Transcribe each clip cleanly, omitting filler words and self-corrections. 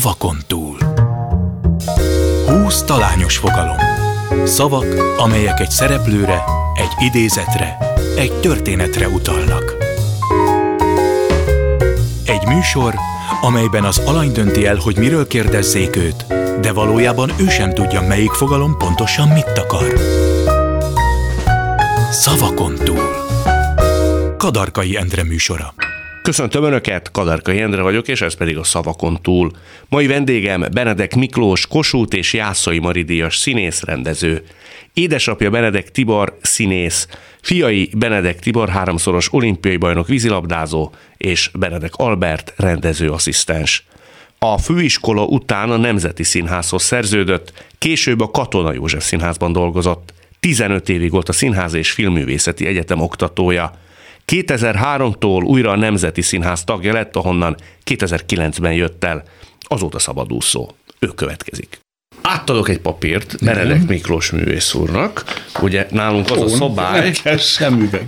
Szavakon túl. 20 talányos fogalom. Szavak, amelyek egy szereplőre, egy idézetre, egy történetre utalnak. Egy műsor, amelyben az alany dönti el, hogy miről kérdezzék őt, de valójában ő sem tudja, melyik fogalom pontosan mit akar. Szavakon túl. Kadarkai Endre műsora. Köszöntöm Önöket, Kadarkai Endre vagyok, és ez pedig a Szavakon túl. Mai vendégem Benedek Miklós, Kossuth és Jászai Mari díjas színész, rendező. Édesapja Benedek Tibor színész, fiai Benedek Tibor 3-szoros olimpiai bajnok vízilabdázó, és Benedek Albert rendezőasszisztens. A főiskola után a Nemzeti Színházhoz szerződött, később a Katona József Színházban dolgozott. 15 évig volt a Színház és Filmművészeti Egyetem oktatója. 2003-tól újra a Nemzeti Színház tagja lett, ahonnan 2009-ben jött el. Azóta szabadúszó. Ő következik. Átadok egy papírt Benedek Miklós művész úrnak. Ugye nálunk az a szabály... Szemüveg.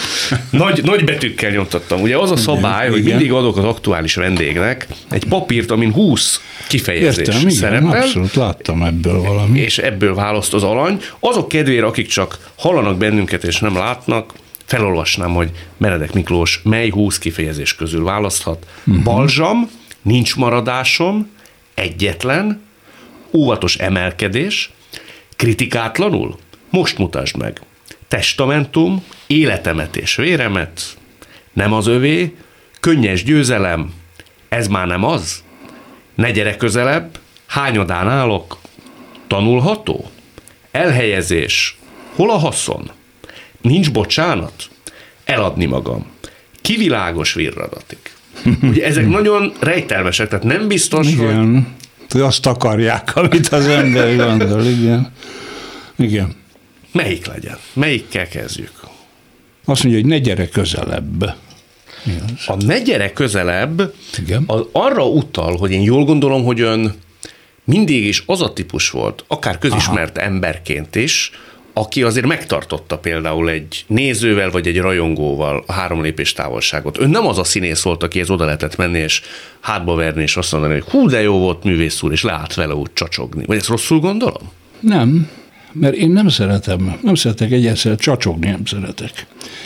Nagy betűkkel nyomtattam. Ugye az a szabály, hogy mindig adok az aktuális vendégnek egy papírt, amin 20 kifejezés szerepel. Abszolút láttam ebből valami. És ebből választ az alany. Azok kedvére, akik csak hallanak bennünket és nem látnak, felolvasnám, hogy Benedek Miklós mely 20 kifejezés közül választhat. Balzsam, nincs maradásom, egyetlen, óvatos emelkedés, kritikátlanul, most mutasd meg, testamentum, életemet és véremet, nem az övé, könnyes győzelem, ez már nem az, ne gyere közelebb, hányadán állok, tanulható, elhelyezés, hol a haszon, nincs bocsánat, eladni magam, kivilágos virradatik. Ugye ezek nagyon rejtelmesek, tehát nem biztos, hogy azt akarják, amit az ember gondol, igen. Melyik legyen? Melyikkel kezdjük? Azt mondja, hogy ne gyere közelebb. A ne gyere közelebb az arra utal, hogy én jól gondolom, hogy ön mindig is az a típus volt, akár közismert emberként is, aki azért megtartotta például egy nézővel vagy egy rajongóval a 3 lépés távolságot. Ön nem az a színész volt, akihez oda lehetett menni és hátba verni és azt mondani, hogy hú, de jó volt művész úr, és leállt vele úgy csacsogni. Vagy ezt rosszul gondolom? Nem, mert én nem szeretek egyszerűen csacsogni, nem szeretek.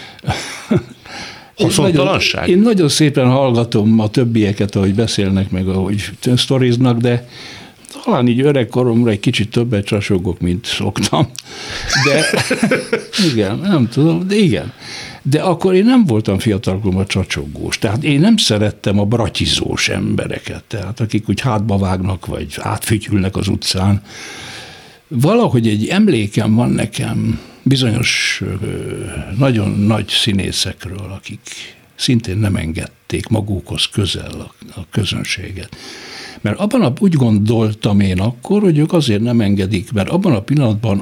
Haszontalanság? Én nagyon szépen hallgatom a többieket, ahogy beszélnek, meg ahogy sztoriznak, de talán így öregkoromra egy kicsit többet csasogok, mint szoktam. De igen, nem tudom, de igen. De akkor én nem voltam fiatalkoromban csacsogós. Tehát én nem szerettem a bratyizós embereket, tehát akik úgy hátba vágnak, vagy átfütyülnek az utcán. Valahogy egy emlékem van nekem bizonyos nagyon nagy színészekről, akik szintén nem engedték magukhoz közel a közönséget. Mert úgy gondoltam én akkor, hogy ők azért nem engedik, mert abban a pillanatban,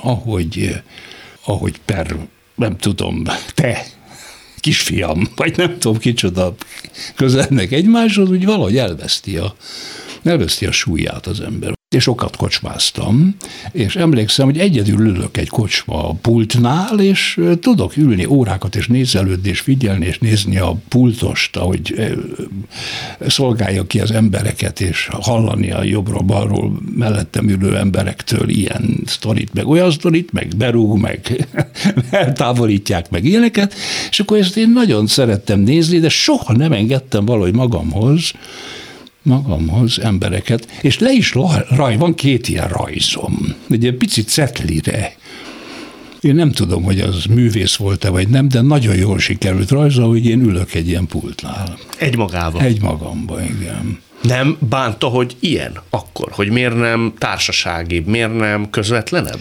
ahogy nem tudom, te, kisfiam, vagy nem tudom kicsoda közelnek egymáshoz, úgy valahogy elveszti a súlyát az ember. És sokat kocsmáztam, és emlékszem, hogy egyedül ülök egy kocsma pultnál, és tudok ülni órákat, és nézelődni, és figyelni, és nézni a pultost, ahogy szolgálja ki az embereket, és hallani a jobbról-balról mellettem ülő emberektől ilyen sztorit, meg olyan sztorit, meg berúg, meg eltávolítják, meg ilyeneket, és akkor ezt én nagyon szerettem nézni, de soha nem engedtem valahogy magamhoz embereket, és le is van 2 ilyen rajzom, egy ilyen picit cetlire. Én nem tudom, hogy az művész volt-e, vagy nem, de nagyon jól sikerült rajzol, hogy én ülök egy ilyen pultnál. Egymagamba, igen. Nem bánta, hogy ilyen akkor? Hogy miért nem társaságibb, miért nem közvetlenebb?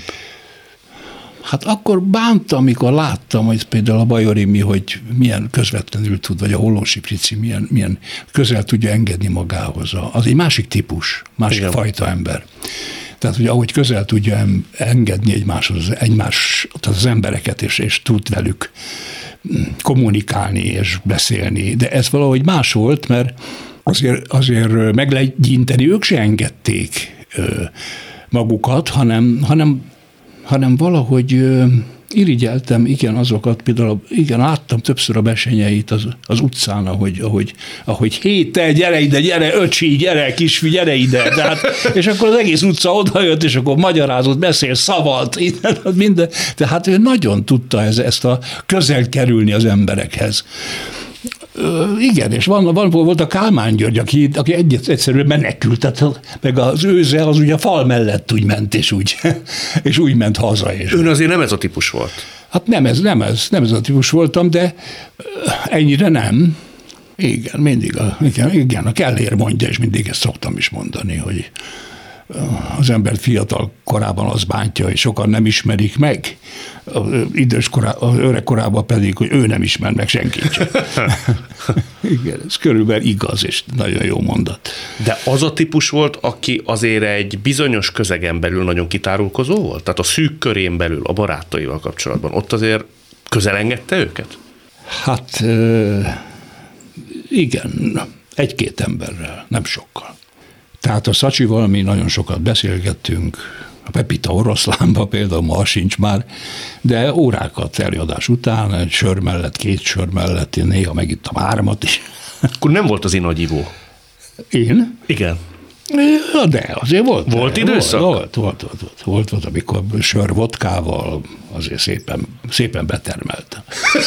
Hát akkor bántam, amikor láttam, hogy például a Bajor Imi, hogy milyen közvetlenül tud, vagy a Hollósi Frici milyen közel tudja engedni magához. Az egy másik típus, másik fajta ember. Tehát, hogy ahogy közel tudja engedni egymáshoz, az embereket, és tud velük kommunikálni és beszélni. De ez valahogy más volt, mert azért meglegyinteni ők se engedték magukat, hanem valahogy irigyeltem, igen, azokat, például, igen, láttam többször a besenyeit az utcán, ahogy hé, te, gyere ide, gyere, öcsi, gyere, kisfi, gyere ide. És akkor az egész utca odajött, és akkor magyarázott, beszél, szavalt, minden. Tehát ő nagyon tudta ezt a közel kerülni az emberekhez. Igen, és volt a Kálmán György, aki egyszerűen menekült, tehát meg az őze az ugye a fal mellett úgy ment, és úgy ment haza. És ön azért nem ez a típus volt? Hát nem ez a típus voltam, de ennyire nem. Igen, mindig a Kellér mondja, és mindig ezt szoktam is mondani, hogy az ember fiatal korában az bántja, hogy sokan nem ismerik meg, az öreg korában pedig, hogy ő nem ismer meg senkit sem. Igen, ez körülbelül igaz, és nagyon jó mondat. De az a típus volt, aki azért egy bizonyos közegen belül nagyon kitárulkozó volt? Tehát a szűk körén belül, a barátaival kapcsolatban, ott azért közelengedte őket? Hát igen, egy-két emberrel, nem sokkal. Tehát a Szacsival mi nagyon sokat beszélgettünk, a Pepita Oroszlánban például ma sincs már, de órákat előadás után, egy sör mellett, 2 sör mellett, én néha megittam 3 is. Akkor nem volt az nagyivó. Én? Igen. Ja, de azért volt. Volt időszak? Volt, amikor sör vodkával azért szépen betermeltem.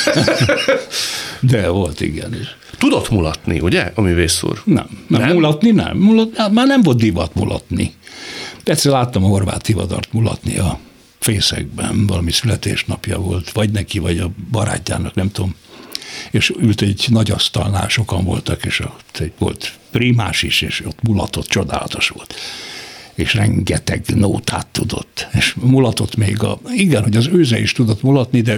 De volt, igen. Tudott mulatni, ugye, a művész úr? Nem. Mulatni nem. Már nem volt divat mulatni. Egyszer láttam a Horváth Tivadart mulatni a Fészekben, valami születésnapja volt, vagy neki, vagy a barátjának, nem tudom. És ült egy nagy asztalnál, sokan voltak, és ott volt primás is, és ott mulatott, csodálatos volt. És rengeteg nótát tudott. És mulatott még igen, hogy az őze is tudott mulatni, de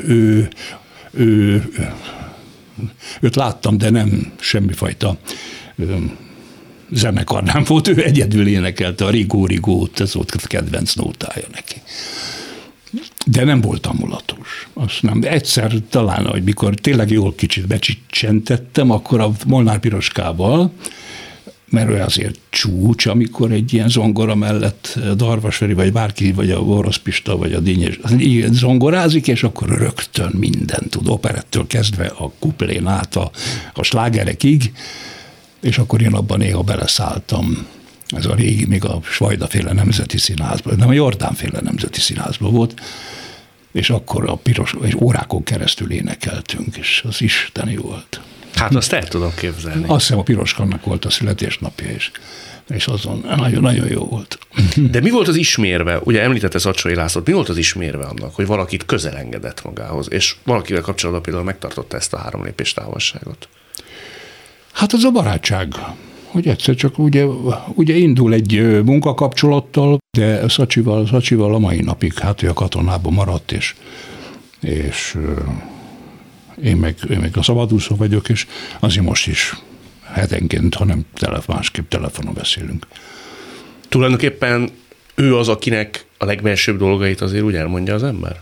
őt láttam, de nem semmifajta zenekar nem volt, ő egyedül énekelte a Rigó-Rigót, ez volt a kedvenc nótája neki. De nem voltam mulatos. Azt nem. Egyszer talán, hogy mikor tényleg jól kicsit becsicsentettem, akkor a Molnár Piroskával, mert ő azért csúcs, amikor egy ilyen zongora mellett Darvasferi, vagy bárki, vagy a Orosz Pista, vagy a Dínyes zongorázik, és akkor rögtön mindent tud, operettől kezdve a kuplén át a slágerekig, és akkor én abban néha beleszálltam. Ez a régi, még a Svajda-féle Nemzeti Színházban, nem a Jordán-féle Nemzeti Színházban volt, és akkor és órákon keresztül énekeltünk, és az isteni volt. Hát azt el tudom képzelni. Azt hiszem a Piroskannak volt a születésnapja is, és azon nagyon jó volt. De mi volt az ismérve, ugye említette Szacsai Lászlót, mi volt az ismérve annak, hogy valakit közel engedett magához, és valakivel kapcsolatban például megtartotta ezt a 3 lépés távolságot? Hát az a barátság, hogy egyszer csak ugye indul egy munkakapcsolattal, de Szacsival a mai napig, hát ő a katonában maradt, és én meg a szabadúszó vagyok, és azért most is hetenként, hanem másképp telefonon beszélünk. Tulajdonképpen ő az, akinek a legbelsőbb dolgait azért úgy elmondja az ember?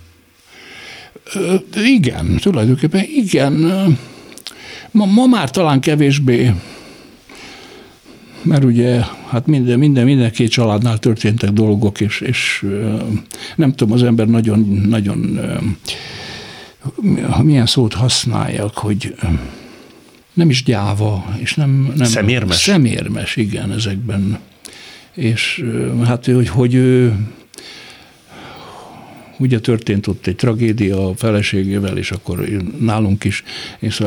Igen, tulajdonképpen igen. Ma már talán kevésbé, mert ugye hát minden 2 családnál történtek dolgok, és nem tudom, az ember nagyon milyen szót használjak, hogy nem is gyáva, és nem szemérmes? Szemérmes, igen, ezekben. És hát hogy ő ugye történt ott egy tragédia a feleségével, és akkor nálunk is, és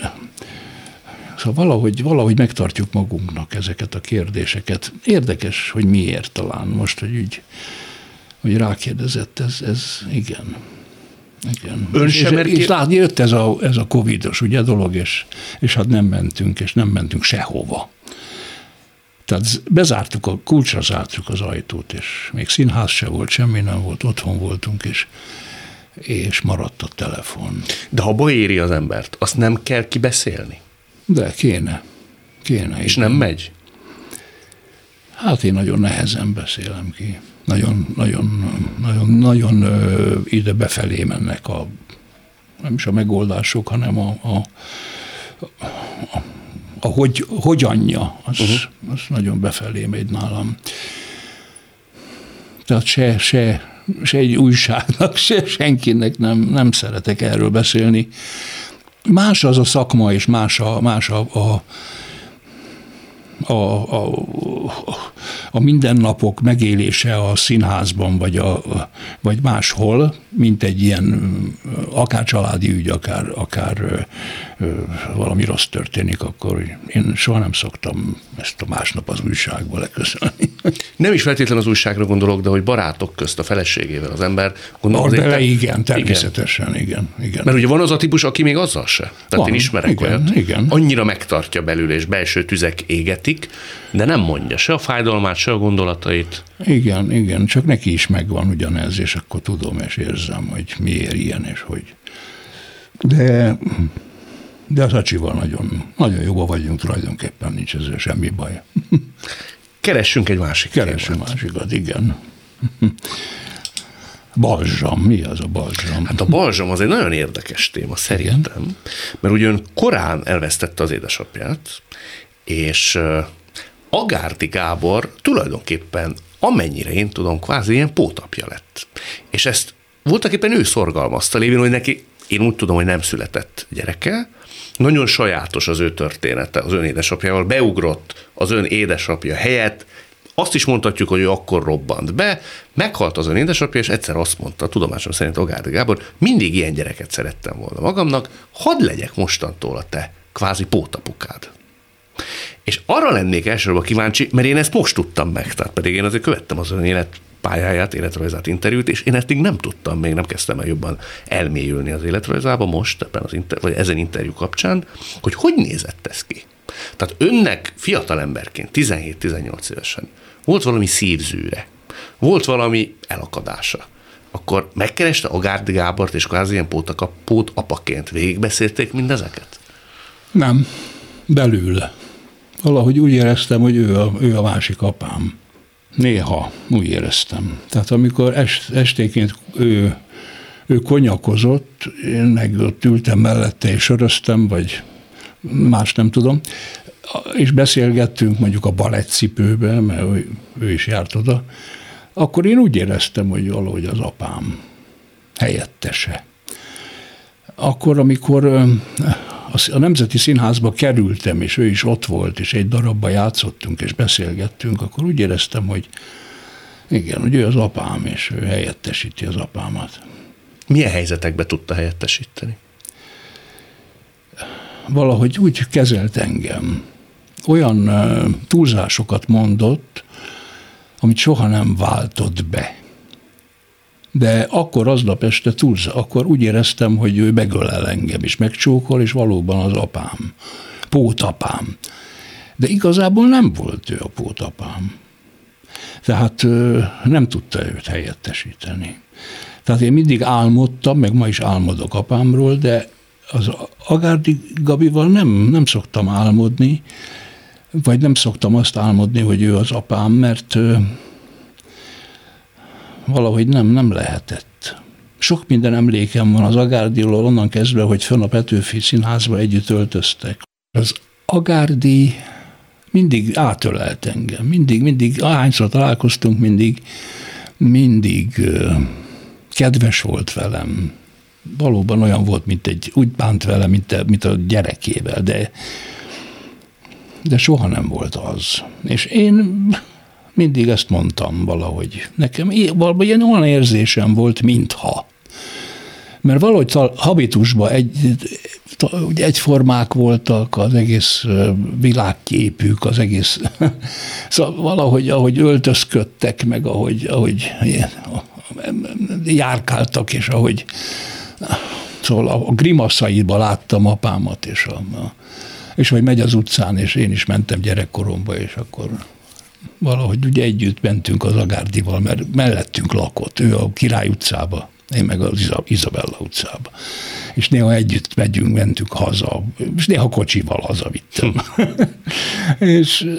szóval valahogy megtartjuk magunknak ezeket a kérdéseket. Érdekes, hogy miért talán most, hogy rákérdezett, ez igen. Igen. És látni, jött ez a covidos ugye dolog, és hát nem mentünk sehova. Tehát kulcsra zártuk az ajtót, és még színház se volt, semmi nem volt, otthon voltunk, és maradt a telefon. De ha baj éri az embert, azt nem kell kibeszélni? De kéne. És igen. Nem megy? Hát én nagyon nehezen beszélem ki. Nagyon ide befelé mennek nem is a megoldások, hanem a hogyanja, az nagyon befelé megy nálam. Tehát se se egy újságnak, se senkinek nem szeretek erről beszélni. Más az a szakma, és más a mindennapok megélése a színházban, vagy máshol, mint egy ilyen akár családi ügy, akár valami rossz történik, akkor én soha nem szoktam ezt a másnap az újságból leköszönni. Nem is feltétlenül az újságra gondolok, de hogy barátok közt a feleségével az ember gondol. Igen, természetesen, igen. Mert ugye van az a típus, aki még azzal se. Tehát van, én ismerek olyat. Igen. Annyira megtartja belül, és belső tüzek égetik, de nem mondja se a fájdalmát, se a gondolatait. Igen, csak neki is megvan ugyanez, és akkor tudom és érzem, hogy miért ilyen, és hogy. De az Acsival nagyon jóban vagyunk, tulajdonképpen nincs ezzel semmi baj. Keressünk egy másik másikat, igen. Balzsam, mi az a balzsam? Hát a balzsam az egy nagyon érdekes téma szerintem, igen. Mert ugyan korán elvesztette az édesapját, és Agárdi Gábor tulajdonképpen, amennyire én tudom, kvázi ilyen pótapja lett. És ezt voltaképpen ő szorgalmazta lévén, hogy neki, én úgy tudom, hogy nem született gyereke, nagyon sajátos az ő története az ön édesapjával, beugrott az ön édesapja helyett, azt is mondhatjuk, hogy ő akkor robbant be, meghalt az ön édesapja, és egyszer azt mondta, tudomásom szerint Agárdi Gábor, mindig ilyen gyereket szerettem volna magamnak, hadd legyek mostantól a te kvázi pótapukád. És arra lennék elsősorban kíváncsi, mert én ezt most tudtam meg, tehát pedig én azért követtem az ön életpályáját, életrajzát, interjút, és én ezt még nem tudtam, még nem kezdtem el jobban elmélyülni az életrajzába most, ebben vagy ezen interjú kapcsán, hogy nézett ez ki. Tehát önnek fiatalemberként, 17-18 évesen volt valami szívzűre, volt valami elakadása, akkor megkereste Agárdi Gábort, és kvázi ilyen pótapaként végigbeszélték mindezeket? Nem, belül. Valahogy úgy éreztem, hogy ő a másik apám. Néha úgy éreztem. Tehát amikor estéként ő konyakozott, én meg ott ültem mellette és söröztem, vagy más nem tudom, és beszélgettünk mondjuk a balettcipőbe, mert ő is járt oda, akkor én úgy éreztem, hogy valahogy az apám helyettese. Akkor, amikor a Nemzeti Színházba kerültem, és ő is ott volt, és egy darabban játszottunk, és beszélgettünk, akkor úgy éreztem, hogy igen, hogy ő az apám, és ő helyettesíti az apámat. Milyen helyzetekben tudta helyettesíteni? Valahogy úgy kezelt engem. Olyan túlzásokat mondott, amit soha nem váltott be. De akkor aznap este akkor úgy éreztem, hogy ő megölel engem, és megcsókol, és valóban az apám, pótapám. De igazából nem volt ő a pótapám. Tehát nem tudta őt helyettesíteni. Tehát én mindig álmodtam, meg ma is álmodok apámról, de az Agárdi Gabival nem szoktam álmodni, vagy nem szoktam azt álmodni, hogy ő az apám, mert valahogy nem lehetett. Sok minden emlékem van az Agárdiról, onnan kezdve, hogy fönn a Petőfi Színházba együtt öltöztek. Az Agárdi mindig átölelt engem, mindig, ahányszor találkoztunk, mindig kedves volt velem. Valóban olyan volt, úgy bánt vele, mint a gyerekével, de soha nem volt az. És én mindig ezt mondtam valahogy. Nekem valahogy olyan érzésem volt, mintha. Mert valahogy habitusban egyformák voltak, az egész világképük, az egész, szóval valahogy, ahogy öltözködtek, meg ahogy járkáltak, és ahogy, szóval a grimaszaiba láttam apámat, és hogy megy az utcán, és én is mentem gyerekkoromba, és akkor valahogy ugye együtt mentünk az Agárdival, mert mellettünk lakott, ő a Király utcába, én meg az Izabella utcába. És néha együtt mentünk haza, és néha kocsival hazavittem. És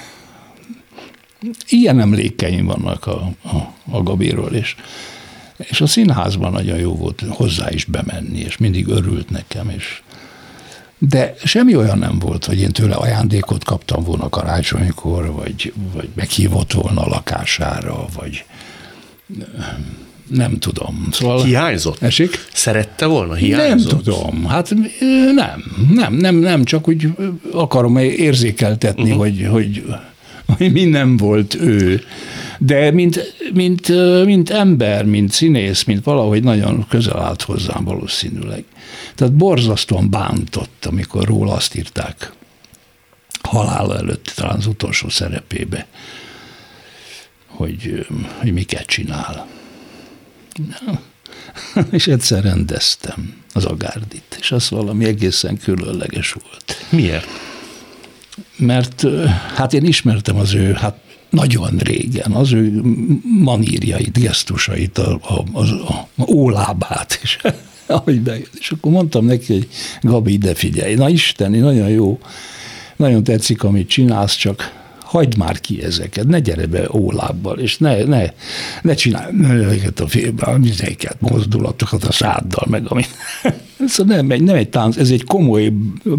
ilyen emlékeim vannak a Gabiról, és a színházban nagyon jó volt hozzá is bemenni, és mindig örült nekem, de semmi olyan nem volt, hogy én tőle ajándékot kaptam volna karácsonykor, vagy meghívott volna a lakására, vagy Nem tudom. Szóval Hiányzott? Esik? Szerette volna? Hiányzott? Nem tudom. Hát nem, csak úgy akarom érzékeltetni, hogy mi nem volt ő. De mint ember, mint színész, mint valahogy nagyon közel állt hozzám valószínűleg. Tehát borzasztóan bántott, amikor róla azt írták halála előtt, talán az utolsó szerepébe, hogy miket csinál. És egyszer rendeztem az Agárdit, és az valami egészen különleges volt. Miért? Mert hát én ismertem az ő, hát nagyon régen, az ő manírjait, gesztusait, a ólábát, és ahogy bejött. És akkor mondtam neki, hogy Gabi, ide figyelj, na Isteni, nagyon jó, nagyon tetszik, amit csinálsz, csak hagyd már ki ezeket, ne gyere be ólábbal, és ne csinálj ezeket a mozdulatokat a száddal, meg amit. Szóval nem egy tánc, ez egy komoly,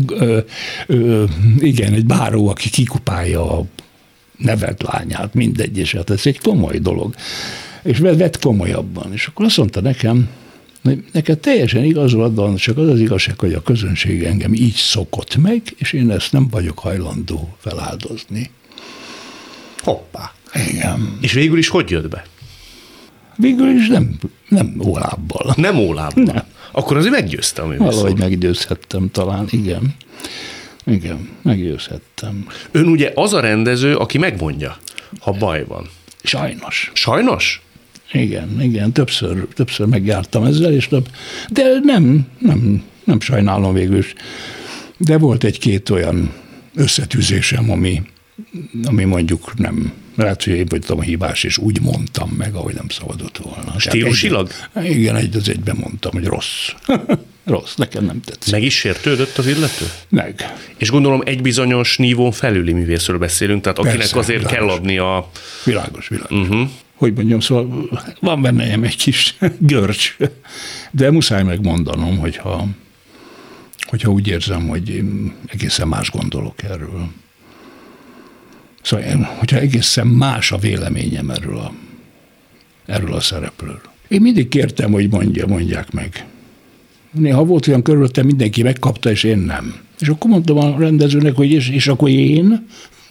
egy báró, aki kikupálja a nevelt lányát, mindegy, és hát ez egy komoly dolog. És vett komolyabban. És akkor azt mondta nekem, hogy neked teljesen igazad van, csak az igazság, hogy a közönség engem így szokott meg, és én ezt nem vagyok hajlandó feláldozni. Hoppá. Igen. És végül is hogy jött be? Végül is nem ólábbal. Nem ólábbal? Nem. Akkor azért meggyőzte a művészet. Valahogy meggyőzhettem talán, igen. Igen, meggyőzhettem. Ön ugye az a rendező, aki megmondja, ha baj van. Sajnos. Sajnos? Igen, többször megjártam ezzel, de nem sajnálom végül is. De volt egy-két olyan összetűzésem, ami mondjuk nem, lehet, hogy én voltam hibás, és úgy mondtam meg, ahogy nem szabadott volna. Stílusilag? Igen, az egyben mondtam, hogy rossz. Rossz, nekem nem tetszik. Meg is sértődött az illető? Meg. És gondolom egy bizonyos nívón felüli művészről beszélünk, tehát akinek persze, azért világos. kell adni a... Világos. Hogy mondjam, szóval van bennem egy kis görcs, de muszáj megmondanom, hogyha úgy érzem, hogy én egészen más gondolok erről. Szóval, hogyha egészen más a véleményem erről a szereplőről. Én mindig kértem, hogy mondják meg. Néha volt olyan körülöttem, mindenki megkapta, és én nem. És akkor mondtam a rendezőnek, hogy és akkor én?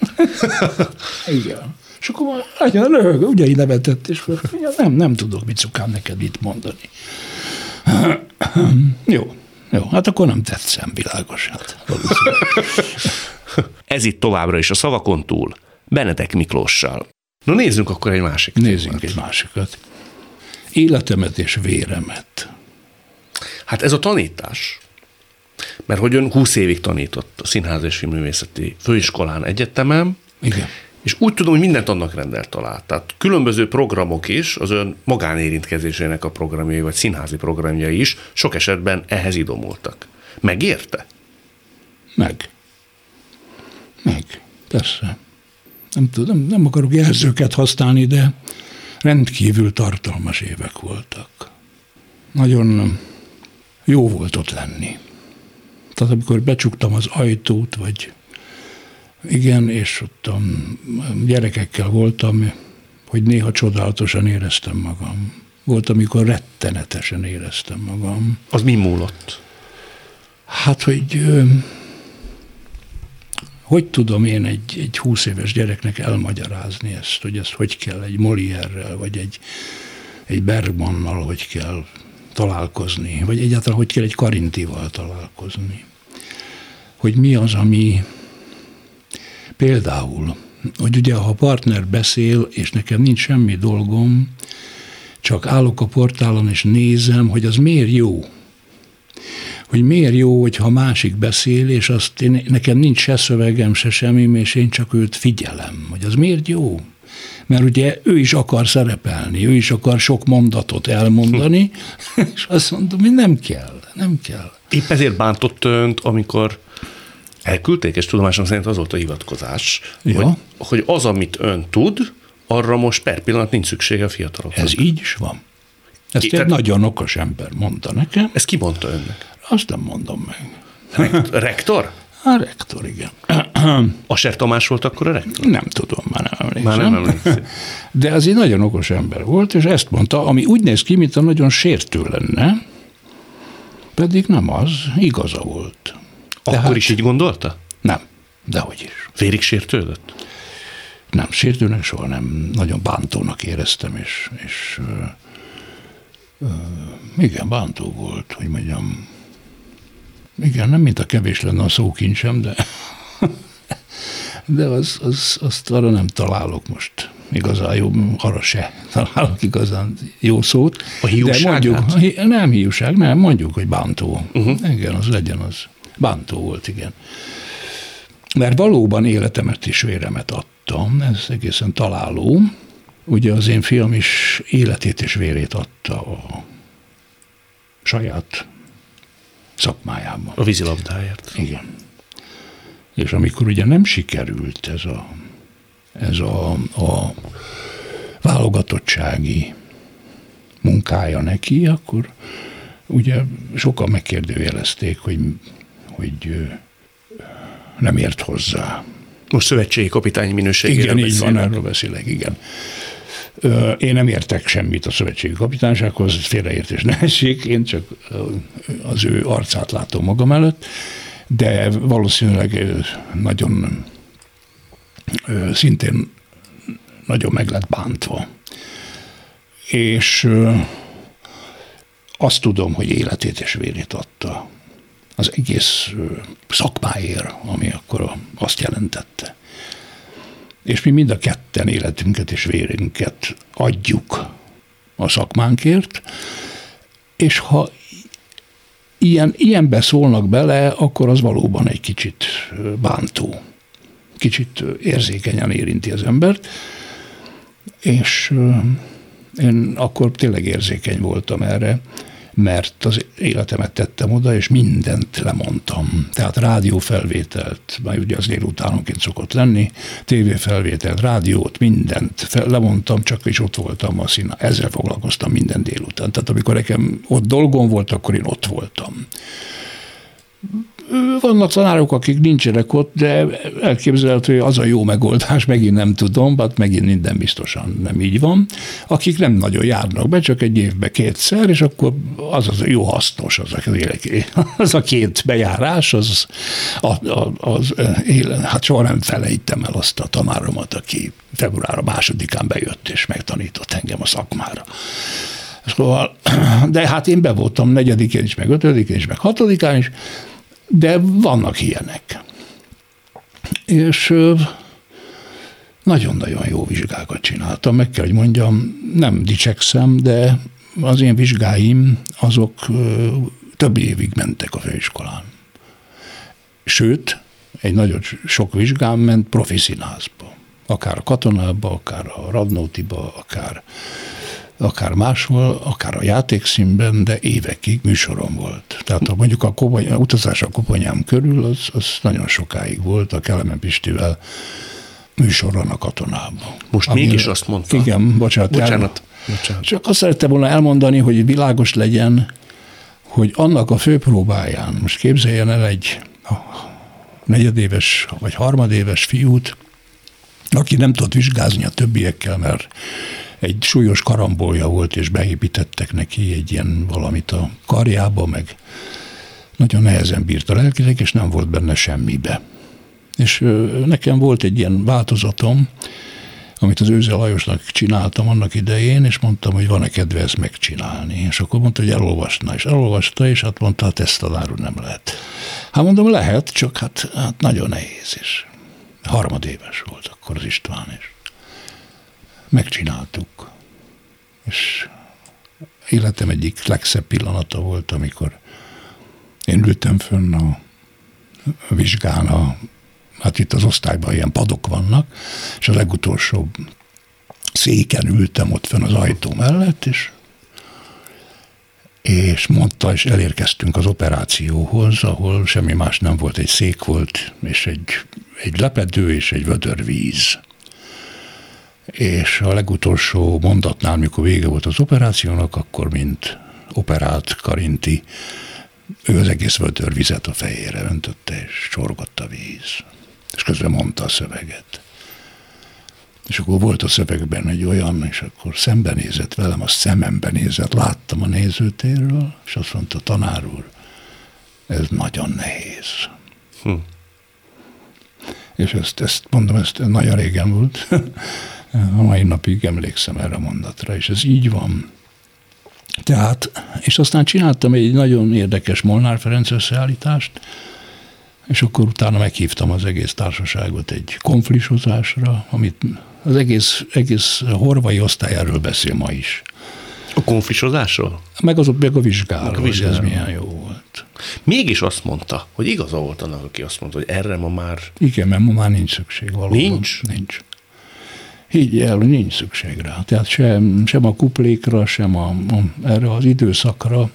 Igen. És akkor ugye így nevetett, és nem tudok, Bicukám, neked mit mondani. Jó, hát akkor nem tetszem, világos. Hát, Ez itt továbbra is a Szavakon túl, Benedek Miklóssal. No nézzünk akkor egy másik Nézzünk egy másikat. Életemet és véremet. Hát ez a tanítás. Mert hogy ön 20 évig tanított a Színház és Filmművészeti Főiskolán, egyetemen, Igen. és úgy tudom, hogy mindent annak rendelt alá. Tehát különböző programok is, az ön magánérintkezésének a programjai, vagy színházi programjai is sok esetben ehhez idomultak. Megérte? Meg. Persze. Nem tudom, nem akarok jelzőket használni, de rendkívül tartalmas évek voltak. Nagyon jó volt ott lenni. Tehát amikor becsuktam az ajtót, igen, és ott a gyerekekkel voltam, hogy néha csodálatosan éreztem magam. Volt, amikor rettenetesen éreztem magam. Az mi múlott? Hát, hogy tudom én egy 20 éves gyereknek elmagyarázni ezt, hogy ezt hogy kell egy Molière-rel, vagy egy Bergmannal, hogy kell találkozni, vagy egyáltalán hogy kell egy Karintival találkozni. Hogy mi az, ami például, hogy ugye ha a partner beszél, és nekem nincs semmi dolgom, csak állok a portálon és nézem, hogy az miért jó. Hogy miért jó, hogyha másik beszél, és nekem nincs se szövegem, se semmi, és én csak őt figyelem. Hogy az miért jó? Mert ugye ő is akar szerepelni, ő is akar sok mondatot elmondani, és azt mondom, hogy nem kell. Épp ezért bántott önt, amikor elküldték, és tudomásom szerint az volt a hivatkozás, ja. hogy az, amit ön tud, arra most per pillanat nincs szüksége a fiataloknak. Ez így is van. Ezt egy nagyon okos ember mondta nekem. Ezt ki mondta önnek? Azt nem mondom meg. Rektor? A rektor, igen. Aser Tamás volt akkor a rektor? Nem tudom, már nem emlékszem. Már nem emlékszem. De az egy nagyon okos ember volt, és ezt mondta, ami úgy néz ki, mintha nagyon sértő lenne, pedig nem az, igaza volt. Akkor is így gondolta? Nem, dehogy is. Vérig sértődött? Nem, sértőnek soha nem. Nagyon bántónak éreztem, és igen, bántó volt, hogy mondjam. Igen, nem mint a kevés lenne a szókincsem, de azt arra nem találok most igazán jó, arra se találok igazán jó szót. A hiúságát? De mondjuk, nem hiúság, nem, mondjuk, hogy bántó. Igen, az legyen az. Bántó volt, igen. Mert valóban életemet és véremet adtam, ez egészen találó. Ugye az én fiam is életét és vérét adta a saját szakmájában. A vízilabdáért. Igen. És amikor ugye nem sikerült ez a válogatottsági munkája neki, akkor ugye sokan megkérdőjelezték, hogy nem ért hozzá. Most szövetségi kapitányi minőségéről igen, beszélek. így van, erről beszélek, igen. Én nem értek semmit a szövetségi kapitánysághoz, félreértés ne essék, én csak az ő arcát látom magam előtt, de valószínűleg nagyon szintén nagyon meg lett bántva. És azt tudom, hogy életét és vérét adta az egész szakmáért, ami akkor azt jelentette. És mi mind a ketten életünket és vérünket adjuk a szakmánkért, és ha ilyenbe szólnak bele, akkor az valóban egy kicsit bántó, kicsit érzékenyen érinti az embert, és én akkor tényleg érzékeny voltam erre, mert az életemet tettem oda, és mindent lemondtam. Tehát rádiófelvételt, már ugye az délutánonként szokott lenni, tévéfelvételt, rádiót, mindent lemondtam, csak is ott voltam a színen. Ezzel foglalkoztam minden délután. Tehát amikor nekem ott dolgom volt, akkor én ott voltam. Vannak tanárok, akik nincsenek ott, de elképzelhető, hogy az a jó megoldás, megint nem tudom, hát megint minden biztosan nem így van, akik nem nagyon járnak be, csak egy évbe kétszer, és akkor az jó hasznos, az a két bejárás, hát soha nem felejtem el azt a tanáromat, aki február 2-án bejött, és megtanított engem a szakmára. Szóval, de hát én be voltam 4-én is, meg 5-én is, meg 6-án is, de vannak ilyenek. És nagyon-nagyon jó vizsgákat csináltam, meg kell, hogy mondjam, nem dicsekszem, de az én vizsgáim azok több évig mentek a főiskolán. Sőt, egy nagyon sok vizsgám ment profi színházba. Akár a Katonába, akár a Radnótiba, akár máshol, akár a játékszínben, de évekig műsorom volt. Tehát mondjuk a utazás a Koponyám körül, az nagyon sokáig volt a Kelemen Pistivel műsoron a Katonában. Most mégis azt mondta. Igen, bocsánat. Csak azt szerettem volna elmondani, hogy világos legyen, hogy annak a főpróbáján, most képzeljen el egy negyedéves vagy harmadéves fiút, aki nem tudott vizsgázni a többiekkel, mert egy súlyos karambolja volt, és beépítettek neki egy ilyen valamit a karjába, meg nagyon nehezen bírta lelkileg, és nem volt benne semmibe. És nekem volt egy ilyen változatom, amit az Őze Lajosnak csináltam annak idején, és mondtam, hogy van-e kedve ezt megcsinálni. És akkor mondta, hogy elolvasna, és elolvasta, és hát mondta, hát ezt tanárul nem lehet. Hát mondom, lehet, csak hát nagyon nehéz, és harmadéves volt akkor az István is. Megcsináltuk. És életem egyik legszebb pillanata volt, amikor én ültem fönn a vizsgán, hát itt az osztályban ilyen padok vannak, és a legutolsó széken ültem ott fönn az ajtó mellett, és mondta, és elérkeztünk az operációhoz, ahol semmi más nem volt, egy szék volt, és egy lepedő, és egy vödör víz. És a legutolsó mondatnál, mikor vége volt az operációnak, akkor mint operált Karinti, ő az egész vödörvizet a fejére öntötte, és csorgott a víz. És közben mondta a szöveget. És akkor volt a szövegben egy olyan, és akkor szembenézett velem, a szemembe nézett, láttam a nézőtérről, és azt mondta, tanár úr, ez nagyon nehéz. És ezt mondom, ezt nagyon régen volt. A mai napig emlékszem erre a mondatra, és ez így van. Tehát, és aztán csináltam egy nagyon érdekes Molnár Ferenc összeállítást, és akkor utána meghívtam az egész társaságot egy konflisozásra, amit az egész horvai osztályáról beszél ma is. A konflisozásról? Meg a vizsgáról, hogy ez milyen jó volt. Mégis azt mondta, hogy igaza volt annak, aki azt mondta, hogy erre ma már... Igen, mert ma már nincs szükség valóban. Nincs. Higgy el, hogy nincs szükség rá. Tehát sem a kuplékra, sem erre az időszakra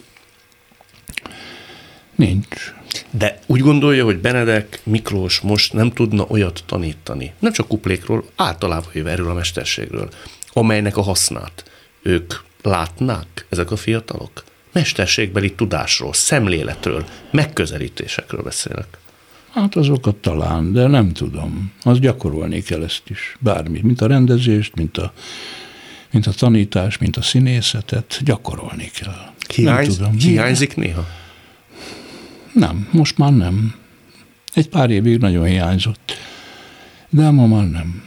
nincs. De úgy gondolja, hogy Benedek Miklós most nem tudna olyat tanítani, nem csak kuplékról, általában jöve erről a mesterségről, amelynek a hasznát ők látnák, ezek a fiatalok? Mesterségbeli tudásról, szemléletről, megközelítésekről beszélek. Hát azokat talán, de nem tudom. Az gyakorolni kell ezt is. Bármit, mint a rendezést, mint a tanítás, mint a színészetet, gyakorolni kell. Hiányzik néha? Nem, most már nem. Egy pár évig nagyon hiányzott. De ma már nem.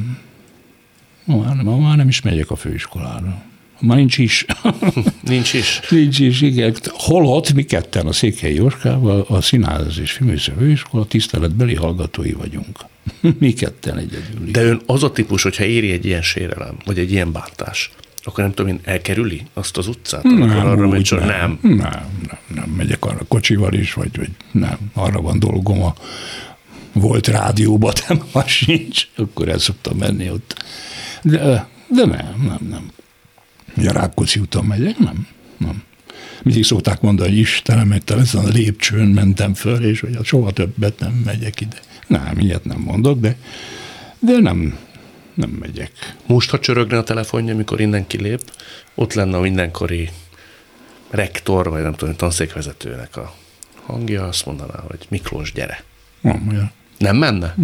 Ma már nem is megyek a főiskolára. Ma nincs is. Nincs is? Nincs is, igen. Holott mi ketten a Székhelyi Jóskával, a Színház és Filmművészeti Főiskola tiszteletbeli hallgatói vagyunk. Mi ketten egyedül. De ön az a típus, hogyha éri egy ilyen sérelem, vagy egy ilyen bántás, akkor nem tudom én, elkerüli azt az utcát? Nem megyek arra kocsival is, vagy nem, arra van dolgom a volt rádióban, de már sincs, akkor el szoktam menni ott. De nem. Ugye a Rákóczi úton megyek, nem. Mindig szokták mondani, hogy Istenem, mert ezen a lépcsőn mentem föl, és hogy soha többet nem megyek ide. Nem, ilyet nem mondok, de nem megyek. Most, ha csörögne a telefonja, amikor innen kilép, ott lenne a mindenkori rektor, vagy nem tudom, tanszékvezetőnek a hangja, azt mondaná, hogy Miklós, gyere. Nem menne?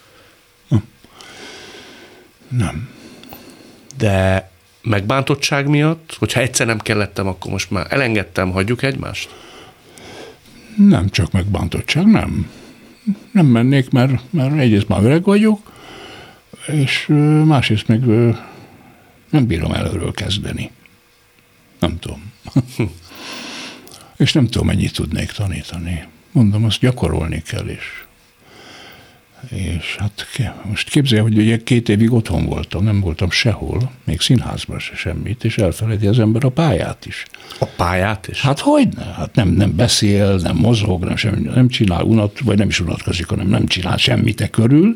Nem. De megbántottság miatt, hogyha egyszer nem kellettem, akkor most már elengedtem, hagyjuk egymást? Nem csak megbántottság, nem. Nem mennék, mert egyrészt már öreg vagyok, és másrészt meg nem bírom előről kezdeni. Nem tudom. És nem tudom, mennyit tudnék tanítani. Mondom, azt gyakorolni kell is. És hát most képzelj, hogy ugye 2 évig otthon voltam, nem voltam sehol, még színházban se semmit, és elfelejti az ember a pályát is. A pályát is? Hát hogyne? Hát nem beszél, nem mozog, nem csinál vagy nem is unatkozik, hanem nem csinál semmit körül.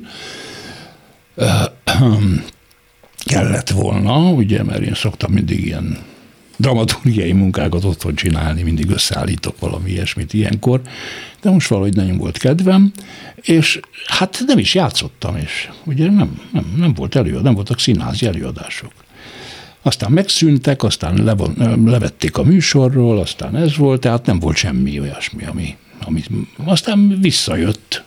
Kellett volna, ugye, mert én szoktam mindig ilyen dramaturgiai munkákat otthon csinálni, mindig összeállítok valami ilyesmit ilyenkor, de most valahogy nagyon volt kedvem, és hát nem is játszottam, és ugye nem volt nem voltak színházi előadások. Aztán megszűntek, aztán levették a műsorról, aztán ez volt, tehát nem volt semmi olyasmi, ami aztán visszajött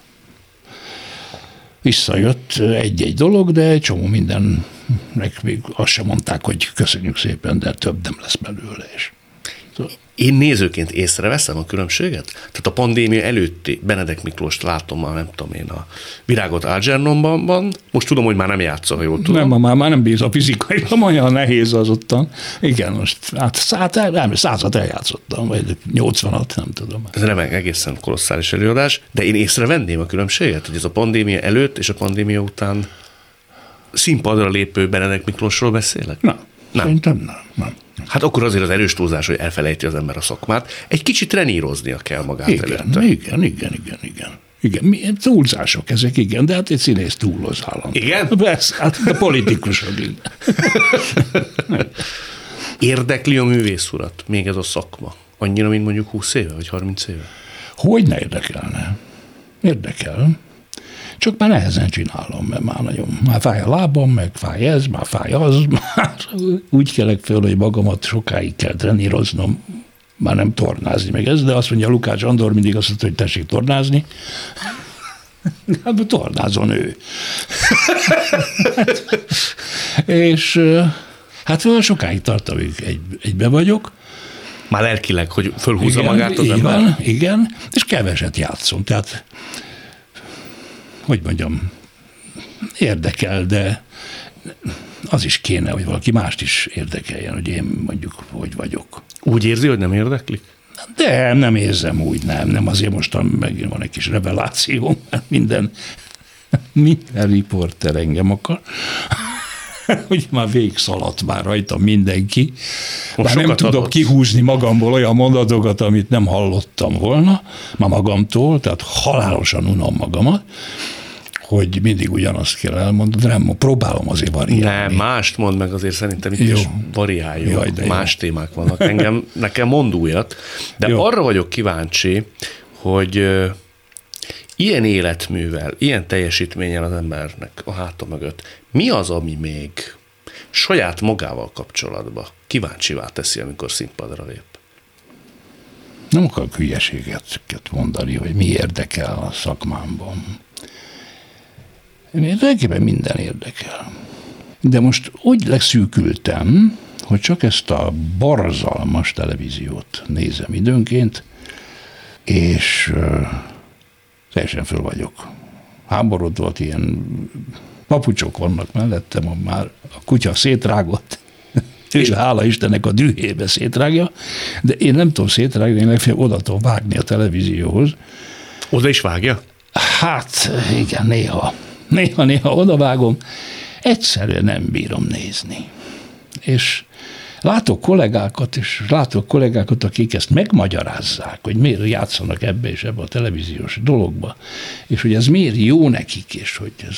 egy-egy dolog, de egy csomó mindennek még azt sem mondták, hogy köszönjük szépen, de több nem lesz belőle. Én nézőként észreveszem a különbséget? Tehát a pandémia előtti Benedek Miklóst látom már, nem tudom én, a Virágot Algernonban, most tudom, hogy már nem játszol, ha jól tudom. Nem, már nem bíz a fizikai, olyan nehéz az ottan. Igen, most 100-at eljátszottam, vagy 80-at, nem tudom. Ez nem egészen kolosszális előadás, de én észrevenném a különbséget, hogy ez a pandémia előtt és a pandémia után színpadra lépő Benedek Miklósról beszélek? Nem. Szerintem nem. Hát akkor azért az erős túlzás, hogy elfelejti az ember a szakmát. Egy kicsit treníroznia kell magát előtte. Igen. Túlzások ezek, igen, de hát egy színész túloz állandóan. Igen? Persze, hát a politikusok, igen. Érdekli a művész urat még ez a szakma? Annyira, mint mondjuk 20 éve, vagy 30 éve? Hogyne érdekelne? Érdekel. Csak már nehezen csinálom, mert már fáj a lábam, meg fáj ez, már fáj az, már úgy kelek föl, hogy magamat sokáig kell treníroznom, már nem tornázni meg ez, de azt mondja Lukács Andor mindig azt mondta, hogy tessék tornázni. Hát tornázon ő. És hát olyan sokáig tart, amíg egybe vagyok. Már lelkileg, hogy fölhúzza Igen, magát az ember? Igen, és keveset játszom. Tehát, hogy mondjam, érdekel, de az is kéne, hogy valaki mást is érdekeljen, hogy én mondjuk hogy vagyok. Úgy érzi, hogy nem érdeklik? De nem érzem úgy, nem. Azért mostan megint van egy kis reveláció, mert minden riporter engem akar. Hogy már végigszaladt már rajta mindenki. Már nem tudok kihúzni magamból olyan mondatokat, amit nem hallottam volna, már magamtól, tehát halálosan unom magamat, hogy mindig ugyanazt kell elmondani, nem, próbálom azért variálni. Nem, mást mond meg azért szerintem itt is variáljunk, más témák vannak. Nekem mond újat, de arra vagyok kíváncsi, hogy ilyen életművel, ilyen teljesítménnyel az embernek a háta mögött, mi az, ami még saját magával kapcsolatban kíváncsivá teszi, amikor színpadra lép? Nem akarok hülyeséget mondani, hogy mi érdekel a szakmámban. Tulajdonképpen minden érdekel. De most úgy leszűkültem, hogy csak ezt a borzalmas televíziót nézem időnként, és teljesen föl vagyok. Háborodott, ilyen papucsok vannak mellettem, már a kutya szétrágott, és hála Istennek a dühébe szétrágja, de én nem tudom szétrágni, én legfeljebb oda tudom vágni a televízióhoz. Oda is vágja? Hát igen, néha odavágom, egyszerűen nem bírom nézni. És látok kollégákat, akik ezt megmagyarázzák, hogy miért játszanak ebbe és ebbe a televíziós dologba, és hogy ez miért jó nekik, és hogy ez...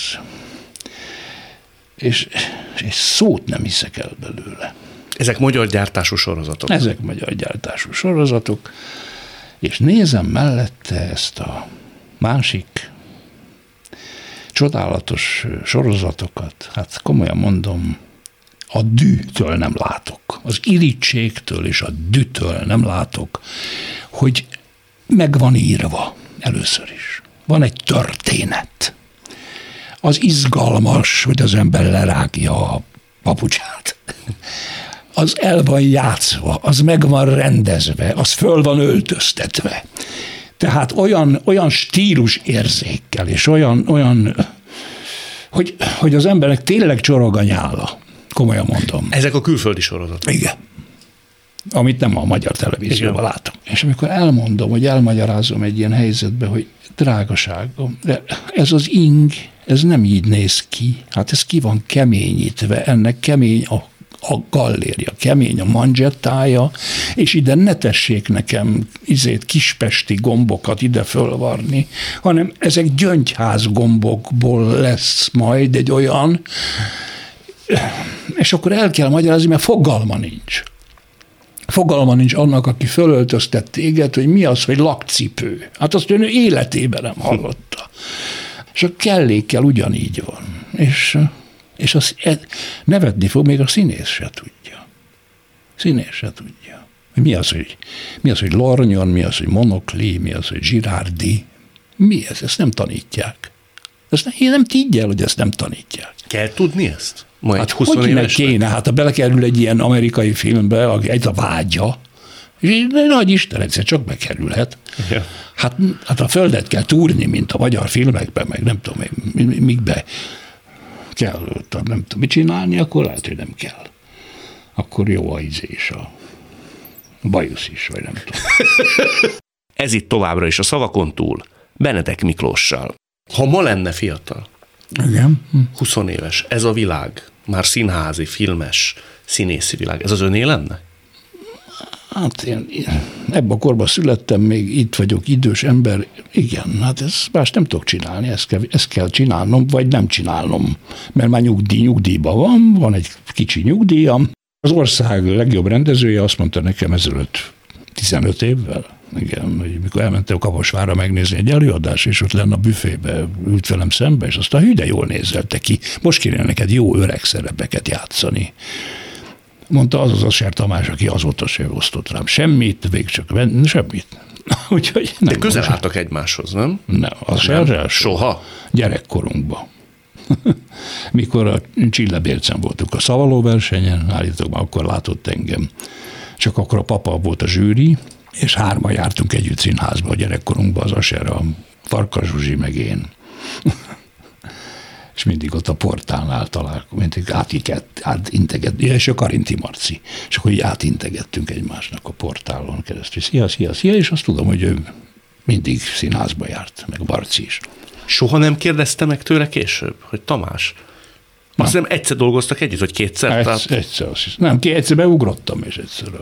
És szót nem hiszek el belőle. Ezek magyar gyártású sorozatok? Ezek magyar gyártású sorozatok, és nézem mellette ezt a másik csodálatos sorozatokat, hát komolyan mondom, a dűtől nem látok, az irítségtől és a dűtől nem látok, hogy meg van írva először is. Van egy történet. Az izgalmas, hogy az ember lerágja a papucsát. Az el van játszva, az meg van rendezve, az föl van öltöztetve. Tehát olyan stílus érzékkel, és olyan hogy az embernek tényleg csorog a nyála. Komolyan mondom. Ezek a külföldi sorozatok. Igen. Amit nem a magyar televízióban látom. És amikor elmondom, hogy elmagyarázom egy ilyen helyzetbe, hogy drágaságom, de ez az ing, ez nem így néz ki. Hát ez ki van keményítve, ennek kemény a gallérja, kemény a manzsettája, és ide ne tessék nekem kispesti gombokat ide fölvarni, hanem ezek gyöngyház gombokból lesz majd egy olyan, és akkor el kell magyarázni, mert fogalma nincs. Fogalma nincs annak, aki fölöltöztet téged, hogy mi az, hogy lakcipő. Hát azt ő életében nem hallotta. És a kellékkel ugyanígy van. És az nevetni fog, még a színész se tudja. Mi az, hogy Lornyon, mi az, hogy Monokli, mi az, hogy Girardi. Mi ez? Ezt nem tanítják. Én nem tudja, hogy ezt nem tanítják. Kell tudni ezt? Majd hát hogy meg kéne? Hát ha belekerül egy ilyen amerikai filmbe, egy a vágya, és nagy Isten, egyszer csak bekerülhet. Ja. Hát a földet kell túrni, mint a magyar filmekben, meg nem tudom, mikbe kell, nem tudom mit csinálni, akkor lehet, hogy nem kell. Akkor jó a ízés, a bajusz is, vagy nem tudom. Ez itt továbbra is a Szavakon túl, Benedek Miklóssal. Ha ma lenne fiatal, igen. 20 éves, ez a világ, már színházi, filmes, színészi világ, ez az öné lenne? Hát én ebben a korban születtem, még itt vagyok, idős ember, igen, hát ezt más nem tudok csinálni, ezt kell csinálnom, vagy nem csinálnom, mert már nyugdíjban van egy kicsi nyugdíjam. Az ország legjobb rendezője azt mondta nekem ezelőtt 15 évvel, igen, hogy mikor elmentem Kaposvárra megnézni egy előadás, és ott lenne a büfébe, ült velem szembe, és aztán hű, de jól nézel te ki, most kéne neked jó öreg szerepeket játszani. Mondta az Ascher Tamás, aki azóta se osztott rám semmit, végig csak semmit. Úgyhogy De közel álltak egymáshoz, nem? Nem, az Nem. Soha? Gyerekkorunkban. Mikor a Csillebércen voltunk a szavalóversenyen, állítólag már akkor látott engem. Csak akkor a papa volt a zsűri, és 3-an jártunk együtt színházba a gyerekkorunkban, az Aser, a Farkas Zsuzsi, meg én. És mindig ott a portálnál találkozunk, mindig átintegettünk, és a Karinti Marci. És akkor így átintegettünk egymásnak a portálon keresztül. Szia, és azt tudom, hogy ő mindig színházba járt, meg a Marci is. Soha nem kérdezte meg tőle később, hogy Tamás, azt hiszem egyszer dolgoztak együtt, vagy kétszer? Egyszer, azt hiszem. Nem, egyszer beugrottam, és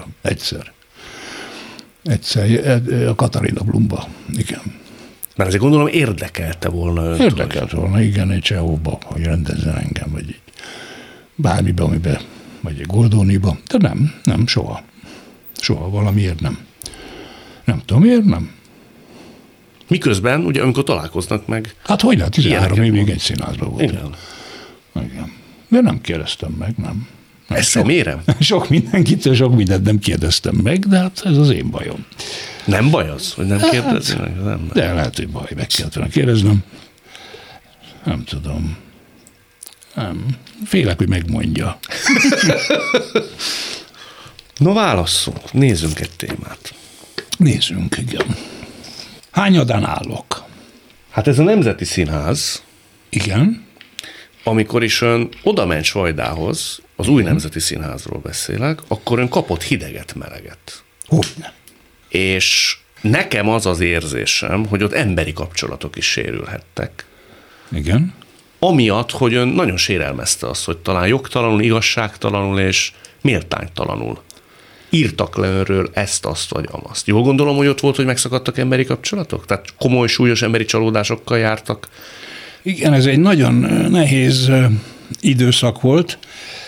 egyszer a Katarina Blumba, igen. Mert azért gondolom érdekelte volna önt. Érdekelte volna, igen, egy Csehóba, hogy rendezzen engem, vagy egy bármibe, amiben, vagy egy Goldóniba, de nem, soha. Soha valamiért nem. Nem tudom, miért nem. Miközben, ugye, amikor találkoznak meg... Hát hogy lehet, 13 évig egy színházban volt. Igen. De nem kérdeztem meg, nem. Ezt személyre? Sok mindenkitől sok mindent nem kérdeztem meg, de hát ez az én bajom. Nem baj az, hogy nem kérdezni meg? Nem. De lehet, hogy baj, meg kellett volna kérdeznem. Nem tudom. Nem. Félek, hogy megmondja. No, válasszunk. Nézzünk egy témát. Nézzünk, igen. Hányadán állok? Hát ez a Nemzeti Színház. Igen. Amikor is ön oda ment Svajdához, az új Nemzeti Színházról beszélek, akkor ön kapott hideget, meleget. Hogyne. És nekem az az érzésem, hogy ott emberi kapcsolatok is sérülhettek. Igen. Amiatt, hogy ön nagyon sérelmezte azt, hogy talán jogtalanul, igazságtalanul és méltánytalanul írtak le önről ezt, azt vagy amazt. Jól gondolom, hogy ott volt, hogy megszakadtak emberi kapcsolatok? Tehát komoly, súlyos emberi csalódásokkal jártak? Igen, ez egy nagyon nehéz időszak volt,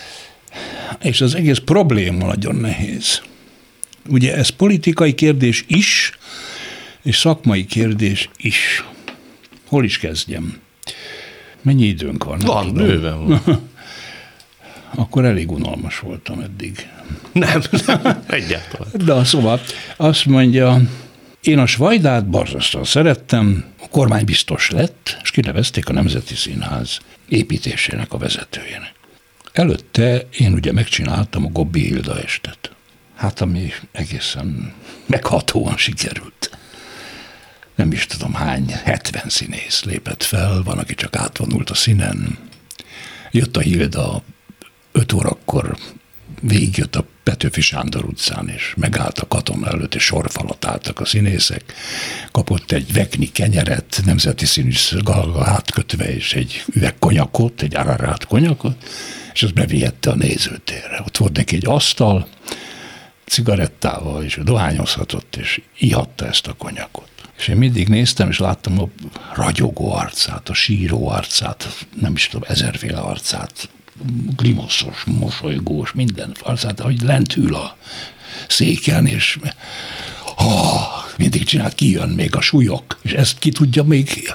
és az egész probléma nagyon nehéz. Ugye ez politikai kérdés is, és szakmai kérdés is. Hol is kezdjem? Mennyi időnk van? Van, bőven van. Akkor elég unalmas voltam eddig. Nem, egyáltalán. De szóval azt mondja, én a Svajdát borzasztóan szerettem, a kormány biztos lett, és kinevezték a Nemzeti Színház építésének a vezetőjének. Előtte én ugye megcsináltam a Gobbi Hilda estet. Hát ami egészen meghatóan sikerült. Nem is tudom hány, 70 színész lépett fel, van, aki csak átvonult a színen. Jött a Hilda 5 órakor, végigjött a Petőfi Sándor utcán, és megállt a Katona előtt, és sorfalat álltak a színészek. Kapott egy vekni kenyeret, nemzeti színű átkötve, és egy üveg konyakot, egy Ararat konyakot, és azt bevihette a nézőtérre. Ott volt neki egy asztal, cigarettával, és dohányozhatott, és ihatta ezt a konyakot. És én mindig néztem, és láttam a ragyogó arcát, a síró arcát, nem is tudom, 1000-féle arcát, glimaszos, mosolygós, minden arcát, ahogy lent ül a széken, és mindig csinált, kijön még a súlyok, és ezt ki tudja még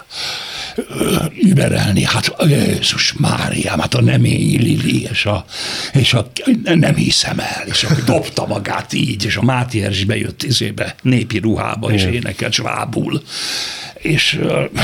überelni. Hát Jézus Máriám, hát a Nemény Lili, és a nem hiszem el, és akkor dobta magát így, és a Máté Erzsi bejött népi ruhába, és énekelt svábul. És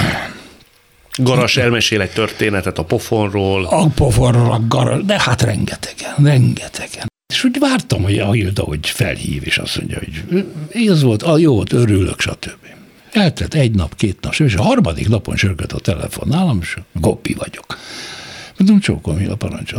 Garas elmesél egy történetet a pofonról. A pofonról, a Garas, de hát rengetegen. És úgy vártam, hogy a Hilda, hogy felhív, és azt mondja, hogy ez volt, jó, örülök, stb. Eltelt 1 nap, 2 nap, és a 3. napon sörgött a telefon nálam, és Goppi vagyok. Mondom, csókolom, mi a parancs.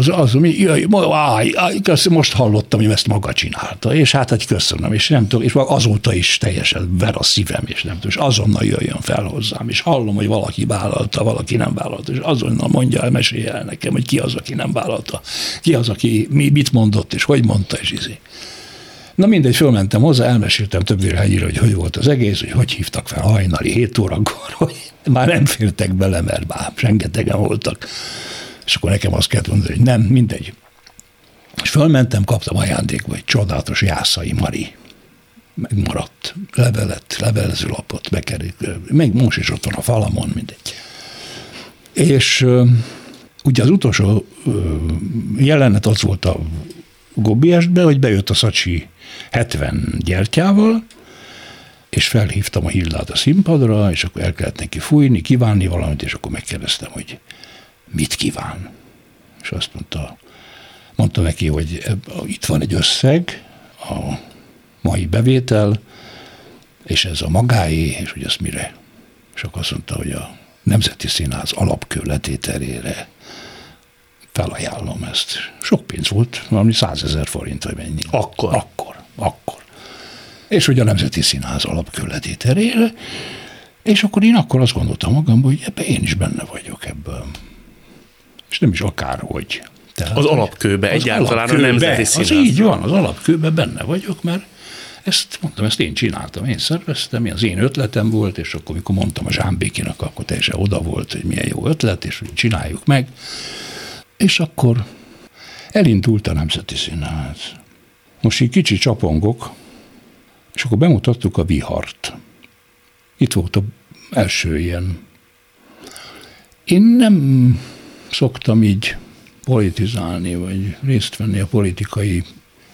Most hallottam, hogy ezt maga csinálta, és hát, hogy köszönöm, és nem tudom, és azóta is teljesen ver a szívem, és nem tudom, és azonnal jöjjön fel hozzám, és hallom, hogy valaki vállalta, valaki nem vállalta, és azonnal mondja el, mesélje el nekem, hogy ki az, aki nem vállalta, ki az, aki mit mondott, és hogy mondta, és izé. Na mindegy, fölmentem hozzá, elmeséltem többére helyére, hogy volt az egész, hogy hívtak fel hajnali 7 órakor, hogy már nem fértek bele, mert már rengetegen voltak. És akkor nekem azt kellett mondani, hogy nem, mindegy. És fölmentem, kaptam ajándékba egy csodálatos Jászai Mari. Megmaradt levelezőlapot, meg most is ott van a falamon, mindegy. És ugye az utolsó jelenet az volt a Gobbi estben, hogy bejött a Szacsi 70 gyertyával, és felhívtam a Hildát a színpadra, és akkor el kellett neki fújni, kívánni valamit, és akkor megkérdeztem, hogy mit kíván. És azt mondta neki, hogy itt van egy összeg, a mai bevétel, és ez a magáé, és hogy ezt mire. És akkor azt mondta, hogy a Nemzeti Színház alapkő letételére felajánlom ezt. Sok pénz volt, valami 100 000 forint, vagy mennyi. Akkor. És hogy a Nemzeti Színház alapkő letételére, és akkor én akkor azt gondoltam magamban, hogy ebben én is benne vagyok ebben. És nem is akárhogy. Tehát, az alapkőbe, egyáltalán a Nemzeti Színház. Az így van, az alapkőbe benne vagyok, mert ezt én csináltam, én szerveztem, az én ötletem volt, és akkor, amikor mondtam a Zsámbékinak, akkor teljesen oda volt, hogy milyen jó ötlet, és hogy csináljuk meg. És akkor elindult a Nemzeti Színház. Most így kicsi csapongok, és akkor bemutattuk a Vihart. Itt volt az első ilyen. Én nem szoktam így politizálni, vagy részt venni a politikai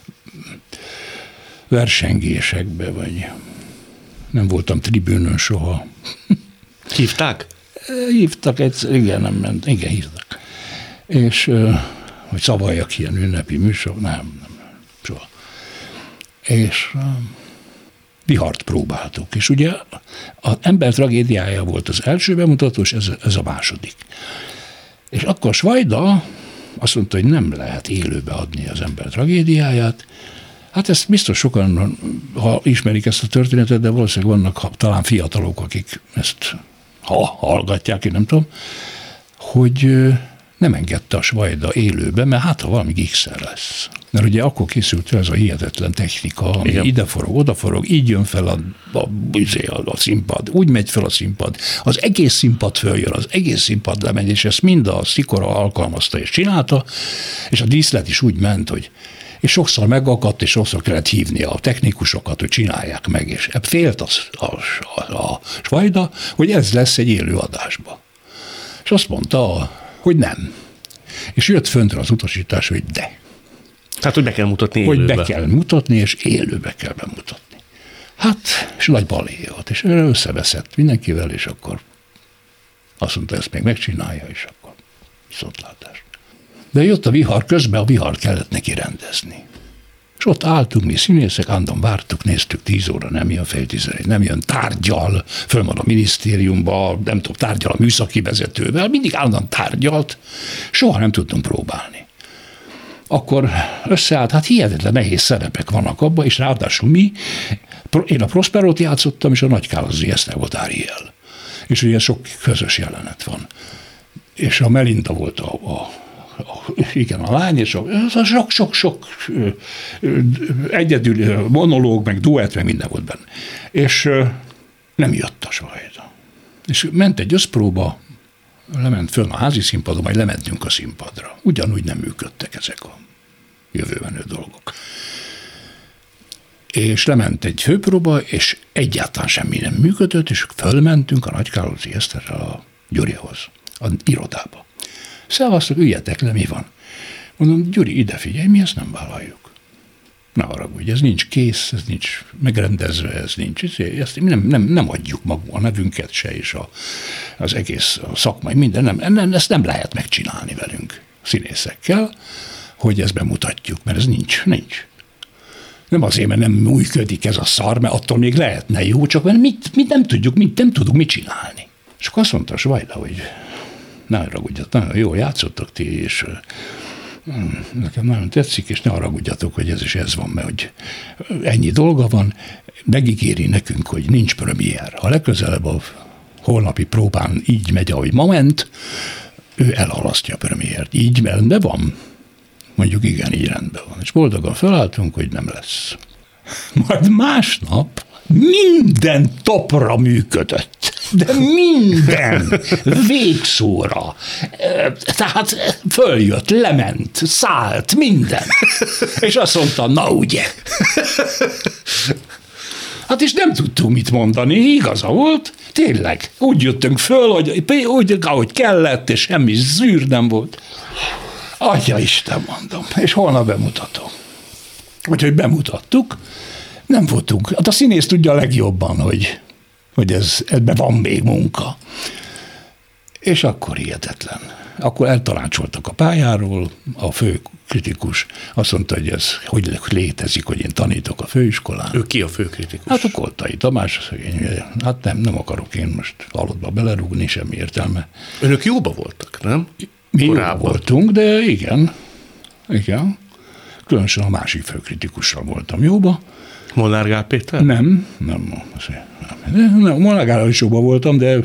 versengésekbe, vagy nem voltam tribűnön soha. Hívták? Hívtak egyszer, igen, nem ment, igen, hívtak. És, hogy szavaljak ilyen ünnepi műsor, nem, soha. És Vihart próbáltuk, és ugye az ember tragédiája volt az első bemutató, és ez a második. És akkor Svajda azt mondta, hogy nem lehet élőbe adni az ember tragédiáját. Hát ezt biztos sokan, ha ismerik ezt a történetet, de valószínűleg vannak talán fiatalok, akik ezt hallgatják, én nem tudom, hogy nem engedte a Svajda élőbe, mert hát ha valami gigszer lesz. Mert ugye akkor készült ez a hihetetlen technika, ami ide forog, oda forog, így jön fel a színpad, úgy megy fel a színpad, az egész színpad följön, az egész színpad lemegy, és ezt mind a Szikora alkalmazta és csinálta, és a díszlet is úgy ment, hogy és sokszor megakadt, és sokszor kellett hívni a technikusokat, hogy csinálják meg, és félt a Svajda, hogy ez lesz egy élő adásba. És azt mondta, hogy nem. És jött föntre az utasítás, hogy de. Tehát, hogy be kell mutatni élőbe. Hogy be kell mutatni, és élőbe kell bemutatni. Hát, és nagy balé volt, és összeveszett mindenkivel, és akkor azt mondta, ezt még megcsinálja, és akkor viszontlátás. De jött a vihar, közben a vihar kellett neki rendezni. És ott álltunk mi színészek, állandóan vártuk, néztük, 10 óra nem jön, fél 11 nem jön, tárgyal, fölmad a minisztériumba, nem tudom, tárgyal a műszaki vezetővel, mindig állandóan tárgyalt, soha nem tudtunk próbálni. Akkor összeállt, hát hihetetlen nehéz szerepek vannak abban, és ráadásul én a Prosperót játszottam, és a Nagykálozi Eszter volt Áriel. És ugye sok közös jelenet van. És a Melinda volt igen, a lány, és sok egyedül monológ, meg duett, meg minden volt benne. És nem jött a Svajda. És ment egy összpróba, lement föl a házi színpadon, majd lementünk a színpadra. Ugyanúgy nem működtek ezek a jövőbenő dolgok. És lement egy főpróba, és egyáltalán semmi nem működött, és fölmentünk a Nagykálozi Eszterrel a Gyurihoz, az irodába. Szevasztok, üljetek le, mi van? Mondom, Gyuri, ide figyelj, mi ezt nem vállaljuk. Ne haragudj, ez nincs kész, ez nincs megrendezve, ez nincs, ezt nem adjuk magunk a nevünket se, és az egész szakmai minden, ezt nem lehet megcsinálni velünk színészekkel, hogy ezt bemutatjuk, mert ez nincs. Nem azért, mert nem működik ez a szar, mert attól még lehetne jó, csak mert mit nem tudunk mit csinálni. És akkor azt mondta a Svajda, hogy ne haragudjatok, nagyon jól játszottak ti, és nekem nagyon tetszik, és ne haragudjatok, hogy ez is ez van, mert hogy ennyi dolga van, megígéri nekünk, hogy nincs premier. Ha legközelebb a holnapi próbán így megy, ahogy ma ment, ő elhalasztja a premiért. Így rendben van? Mondjuk igen, így rendben van. És boldogan felálltunk, hogy nem lesz. Majd másnap minden topra működött. De minden végszóra. Tehát följött, lement, szállt, minden. És azt mondta, na ugye. Hát és nem tudtunk mit mondani, igaza volt, tényleg. Úgy jöttünk föl, hogy ahogy kellett, és semmi zűr nem volt. Atya Isten, mondom, és holnap bemutatom. Úgyhogy bemutattuk, Nem voltunk. Hát a színész tudja a legjobban, hogy ebben van még munka. És akkor hihetetlen. Akkor eltanácsoltak a pályáról, a fő kritikus azt mondta, hogy ez hogy létezik, hogy én tanítok a főiskolán. Ő ki a fő kritikus? Hát a Koltai Tamás, hát nem akarok én most halottba belerúgni, semmi értelme. Önök jóba voltak, nem? Mi jóba voltunk, de igen. Különösen a másik főkritikussal voltam jóba. Molnár Gál Péter? Nem. Molnár Gállal is jóba voltam, de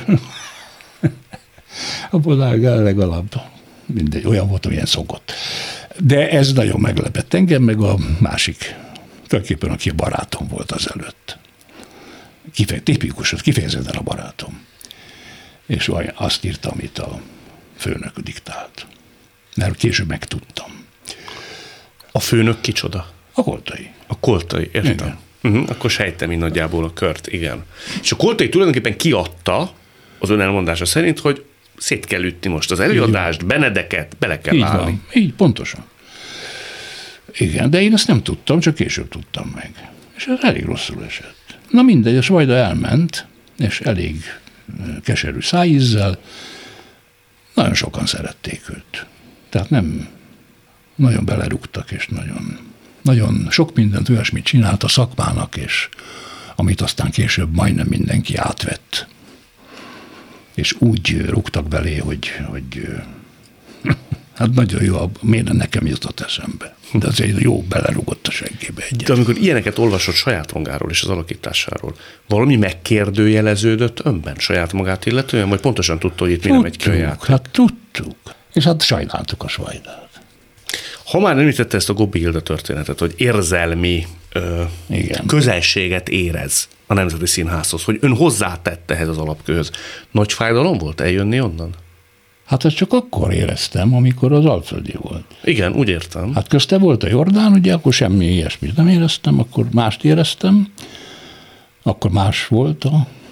a Molnár Gál legalább mindegy, olyan volt, amilyen szokott. De ez nagyon meglepett engem, meg a másik, tulajdonképpen aki a barátom volt azelőtt. Tipikus, kifejezetten a barátom. És azt írta, amit a főnök diktált. Mert később megtudtam. A főnök kicsoda? A Koltai. A Koltai, értem. Akkor sejtem én nagyjából a kört, igen. És a Koltai tulajdonképpen kiadta, az ön elmondása szerint, hogy szét kell ütni most az előadást, Benedeket, bele kell állni. Van. Így, pontosan. Igen, de én ezt nem tudtam, csak később tudtam meg. És ez elég rosszul esett. Na mindegy, a Svajda elment, és elég keserű szájízzel, nagyon sokan szerették őt. Tehát nem nagyon belerúgtak, és nagyon sok mindent olyasmit csinált a szakmának, és amit aztán később majdnem mindenki átvett. És úgy rúgtak belé, hogy hát nagyon jó, miért nekem jutott eszembe. De azért jó belerúgott a seggébe egyet. De amikor ilyeneket olvasott saját magáról és az alakításáról, valami megkérdőjeleződött önben saját magát illetően, vagy pontosan tudta, hogy itt mi nem egy kölyát? Hát tudtuk. És hát sajnáltuk a Svajdát. Ha már említette ezt a Gobbi Hilda történetet, hogy érzelmi közelséget érez a Nemzeti Színházhoz, hogy ön hozzátette ehhez az alapkőhöz. Nagy fájdalom volt eljönni onnan? Hát ezt csak akkor éreztem, amikor az Alföldi volt. Igen, úgy értem. Hát közte volt a Jordán, ugye, akkor semmi ilyesmit nem éreztem, akkor mást éreztem, akkor más volt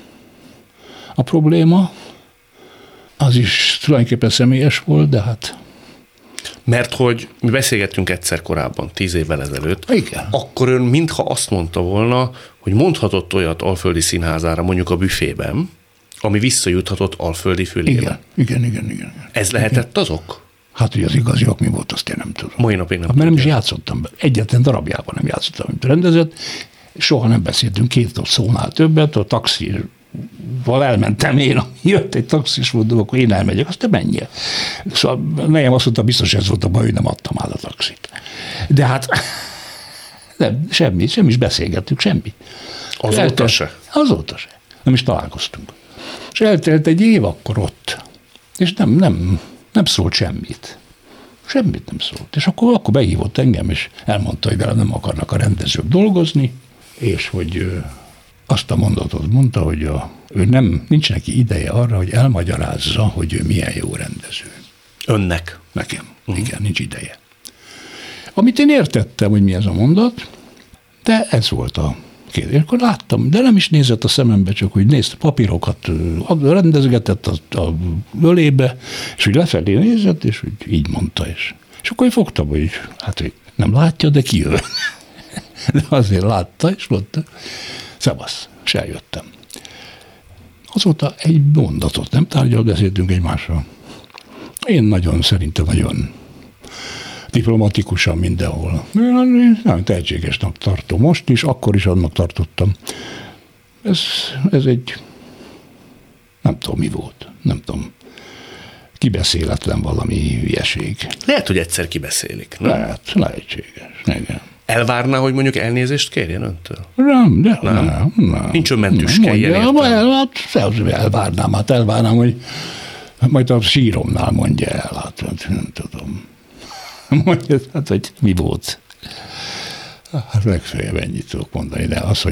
a probléma. Az is tulajdonképpen személyes volt, de hát... Mert hogy mi beszélgettünk egyszer korábban, 10 évvel ezelőtt, igen. Akkor ön mintha azt mondta volna, hogy mondhatott olyat Alföldi Színházára mondjuk a büfében, ami visszajuthatott Alföldi fülébe. Igen. Ez lehetett az ok? Hát, hogy az igazi ok mi volt, azt én nem tudom. Mai napig nem mert nem is játszottam be. Egyetlen darabjában nem játszottam, amit rendezett. Soha nem beszéltünk 2 szónál többet, a taxival elmentem én, jött egy taxis, mondom, akkor én elmegyek, azt te menjél. Szóval nekem azt mondta, biztos ez volt a baj, hogy nem adtam át a taxit. De hát nem, semmi is beszélgettünk, semmi. Azóta se? Azóta se. Nem is találkoztunk. És eltelt egy év akkor ott, és nem szólt semmit. Semmit nem szólt. És akkor behívott engem, és elmondta, hogy velem nem akarnak a rendezők dolgozni, és hogy azt a mondatot mondta, hogy nincs neki ideje arra, hogy elmagyarázza, hogy ő milyen jó rendező. Önnek? Nekem. Igen, nincs ideje. Amit én értettem, hogy mi ez a mondat, de ez volt a kérdés. Akkor láttam, de nem is nézett a szemembe, csak hogy nézte papírokat, rendezgetett a ölébe, és úgy lefelé nézett, és úgy így mondta is. És akkor én fogtam, hogy hogy nem látja, de kijön. De azért látta, és mondta, szevasz, és eljöttem. Azóta egy mondatot nem beszéltünk egymásra. Én szerintem nagyon diplomatikusan mindenhol. Nagyon tehetségesnek tartom most is, akkor is annak tartottam. Ez egy, nem tudom mi volt, nem tudom, kibeszéletlen valami hülyeség. Lehet, hogy egyszer kibeszélik, nem? Lehetséges, igen. Elvárná, hogy mondjuk elnézést kérjen öntől? Nem. Nincs önmentőskeljen értem. Elvárnám, hogy majd a síromnál mondja el, nem tudom. Mondja, hogy mi volt. Hát legfeljebb ennyit tudok mondani, de az,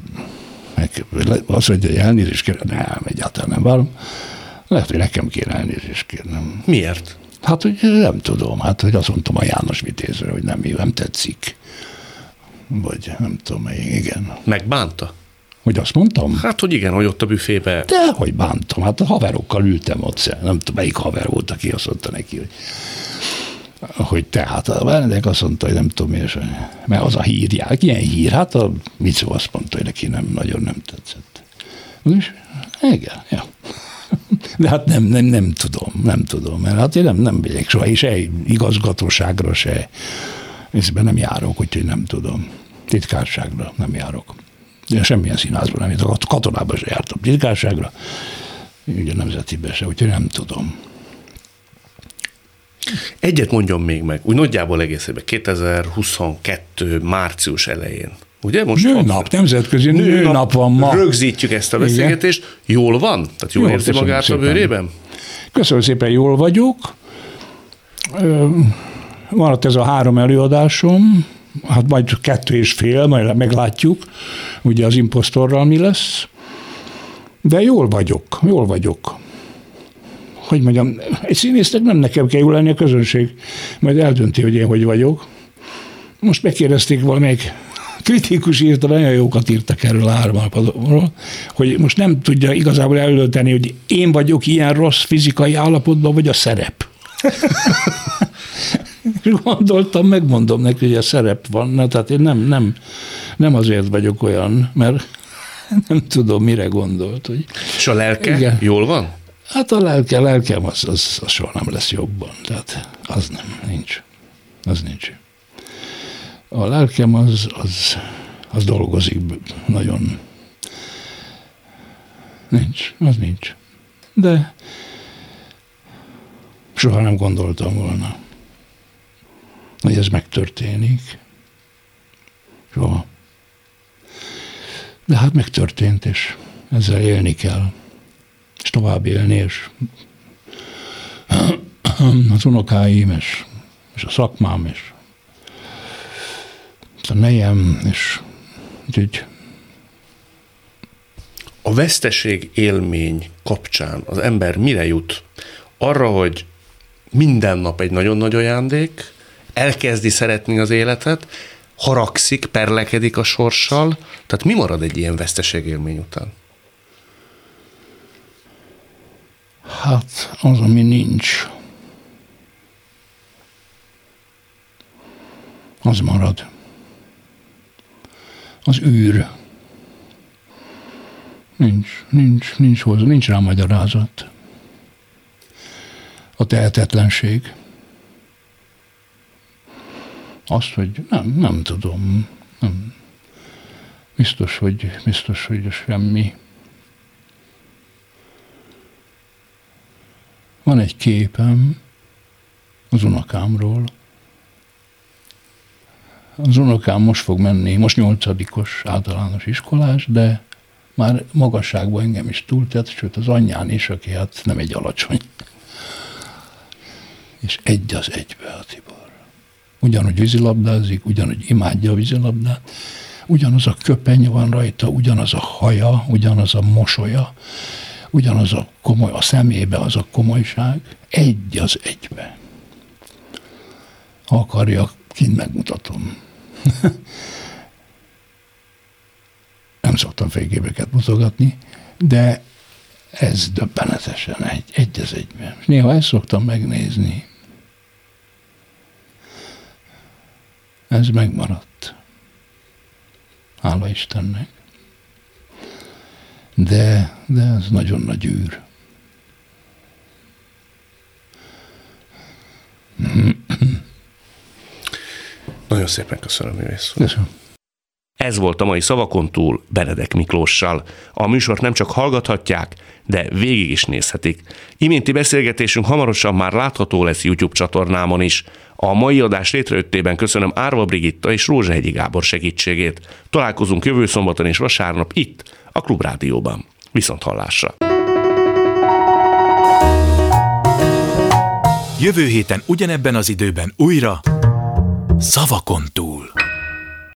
hogy elnézést kérem, nem, egyáltalán nem várom. Lehet, hogy nekem kéne elnézést kérnem. Miért? Hát, hogy nem tudom, hogy azt mondtam a János Vitézre, hogy nem tetszik. Vagy nem tudom, igen. Megbánta? Hogy azt mondtam? Hát, hogy igen, hogy ott a büfébe. De, hogy bántam. Hát a haverokkal ültem ott, nem tudom, melyik haver volt, aki azt mondta neki, hogy hogy tehát a Benedek azt mondta, hogy nem tudom miért, mert az a hírják. Ilyen hír? Hát a Micó azt mondta, hogy neki nagyon nem tetszett. És igen, ja. De hát nem tudom, mert hát én nem megyek soha, se igazgatóságra, se észben nem járok, úgyhogy nem tudom. Titkárságra nem járok. Én semmilyen színházban nem járok, katonában se jártam titkárságra, ugye nemzetibe se, úgyhogy nem tudom. Egyet mondjon még meg, úgy nagyjából egészében 2022. március elején. Ugye? Most nőnap, nemzetközi nőnap van ma. Rögzítjük ezt a beszélgetést. Igen. Jól van? Tehát jól érzi magát a bőrében? Köszönöm szépen, jól vagyok. Van ott ez a 3 előadásom, hát majd 2,5, majd meglátjuk, ugye az imposztorral mi lesz. De jól vagyok. Hogy mondjam, egy színésznek nem nekem kell jól lenni, a közönség majd eldönti, hogy én hogy vagyok. Most megkérdezték valamelyik kritikus írta, nagyon jókat írtak erről a 3 alapról, hogy most nem tudja igazából eldönteni, hogy én vagyok ilyen rossz fizikai állapotban, vagy a szerep. Gondoltam, megmondom neki, hogy a szerep van, na, tehát én nem azért vagyok olyan, mert nem tudom, mire gondolt. Hogy... És a lelke igen. Jól van? Hát a lelkem az soha nem lesz jobban, tehát az nincs. A lelkem az dolgozik nagyon. Nincs. De soha nem gondoltam volna, hogy ez megtörténik. Soha. De hát megtörtént, és ezzel élni kell. És tovább élni, és az unokáim, és a szakmám, és a nejem, és úgyhogy... A veszteség élmény kapcsán az ember mire jut? Arra, hogy minden nap egy nagyon nagy ajándék, elkezdi szeretni az életet, haragszik, perlekedik a sorssal, tehát mi marad egy ilyen veszteség élmény után? Hát az, ami nincs, az marad. Az űr. Nincs hozzá, nincs rá magyarázat. A tehetetlenség. Azt, hogy nem tudom. Nem. Biztos, hogy semmi. Van egy képem az unokámról. Az unokám most fog menni, most 8-os általános iskolás, de már magasságban engem is túltett, sőt az anyján is, aki hát nem egy alacsony. És egy az egybe a Tibor. Ugyanúgy vízilabdázik, ugyanúgy imádja a vízilabdát, ugyanaz a köpeny van rajta, ugyanaz a haja, ugyanaz a mosolya, ugyanaz a komoly, a szemébe az a komolyság, egy az egybe. Ha akarja, kint megmutatom. Nem szoktam fényképeket mutogatni, de ez döbbenetesen egy az egyben. Néha ezt szoktam megnézni. Ez megmaradt. Hála Istennek. De ez nagyon nagy űr. Nagyon szépen köszönöm, művész úr. Köszönöm. Ez volt a mai Szavakon túl Benedek Miklóssal. A műsort nem csak hallgathatják, de végig is nézhetik. Iménti beszélgetésünk hamarosan már látható lesz YouTube csatornámon is. A mai adás létrejöttében köszönöm Árva Brigitta és Rózsahegyi Gábor segítségét. Találkozunk jövő szombaton és vasárnap itt, a Klubrádióban. Viszonthallásra! Jövő héten ugyanebben az időben újra Szavakon túl.